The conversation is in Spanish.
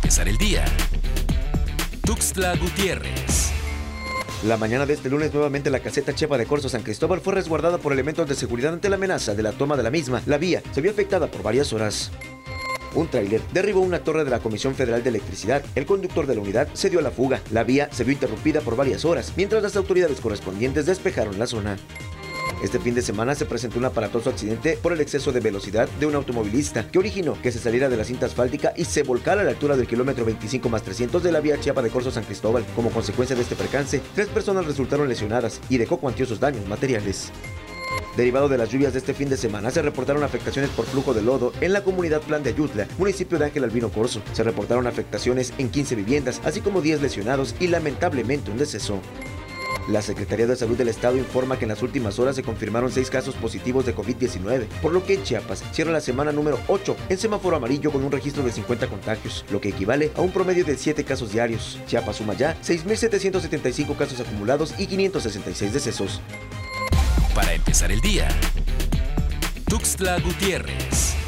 empezar el día. Tuxtla Gutiérrez. La mañana de este lunes, nuevamente la caseta Chiapa de Corzo San Cristóbal fue resguardada por elementos de seguridad ante la amenaza de la toma de la misma. La vía se vio afectada por varias horas. Un tráiler derribó una torre de la Comisión Federal de Electricidad. El conductor de la unidad se dio a la fuga. La vía se vio interrumpida por varias horas, mientras las autoridades correspondientes despejaron la zona. Este fin de semana se presentó un aparatoso accidente por el exceso de velocidad de un automovilista que originó que se saliera de la cinta asfáltica y se volcara a la altura del kilómetro 25+300 de la vía Chiapa de Corzo San Cristóbal. Como consecuencia de este percance, 3 personas resultaron lesionadas y dejó cuantiosos daños materiales. Derivado de las lluvias de este fin de semana, se reportaron afectaciones por flujo de lodo en la comunidad Plan de Ayutla, municipio de Ángel Albino Corzo. Se reportaron afectaciones en 15 viviendas, así como 10 lesionados y lamentablemente un deceso. La Secretaría de Salud del Estado informa que en las últimas horas se confirmaron 6 casos positivos de COVID-19, por lo que en Chiapas cierra la semana número 8 en semáforo amarillo con un registro de 50 contagios, lo que equivale a un promedio de 7 casos diarios. Chiapas suma ya 6.775 casos acumulados y 566 decesos. Para empezar el día, Tuxtla Gutiérrez.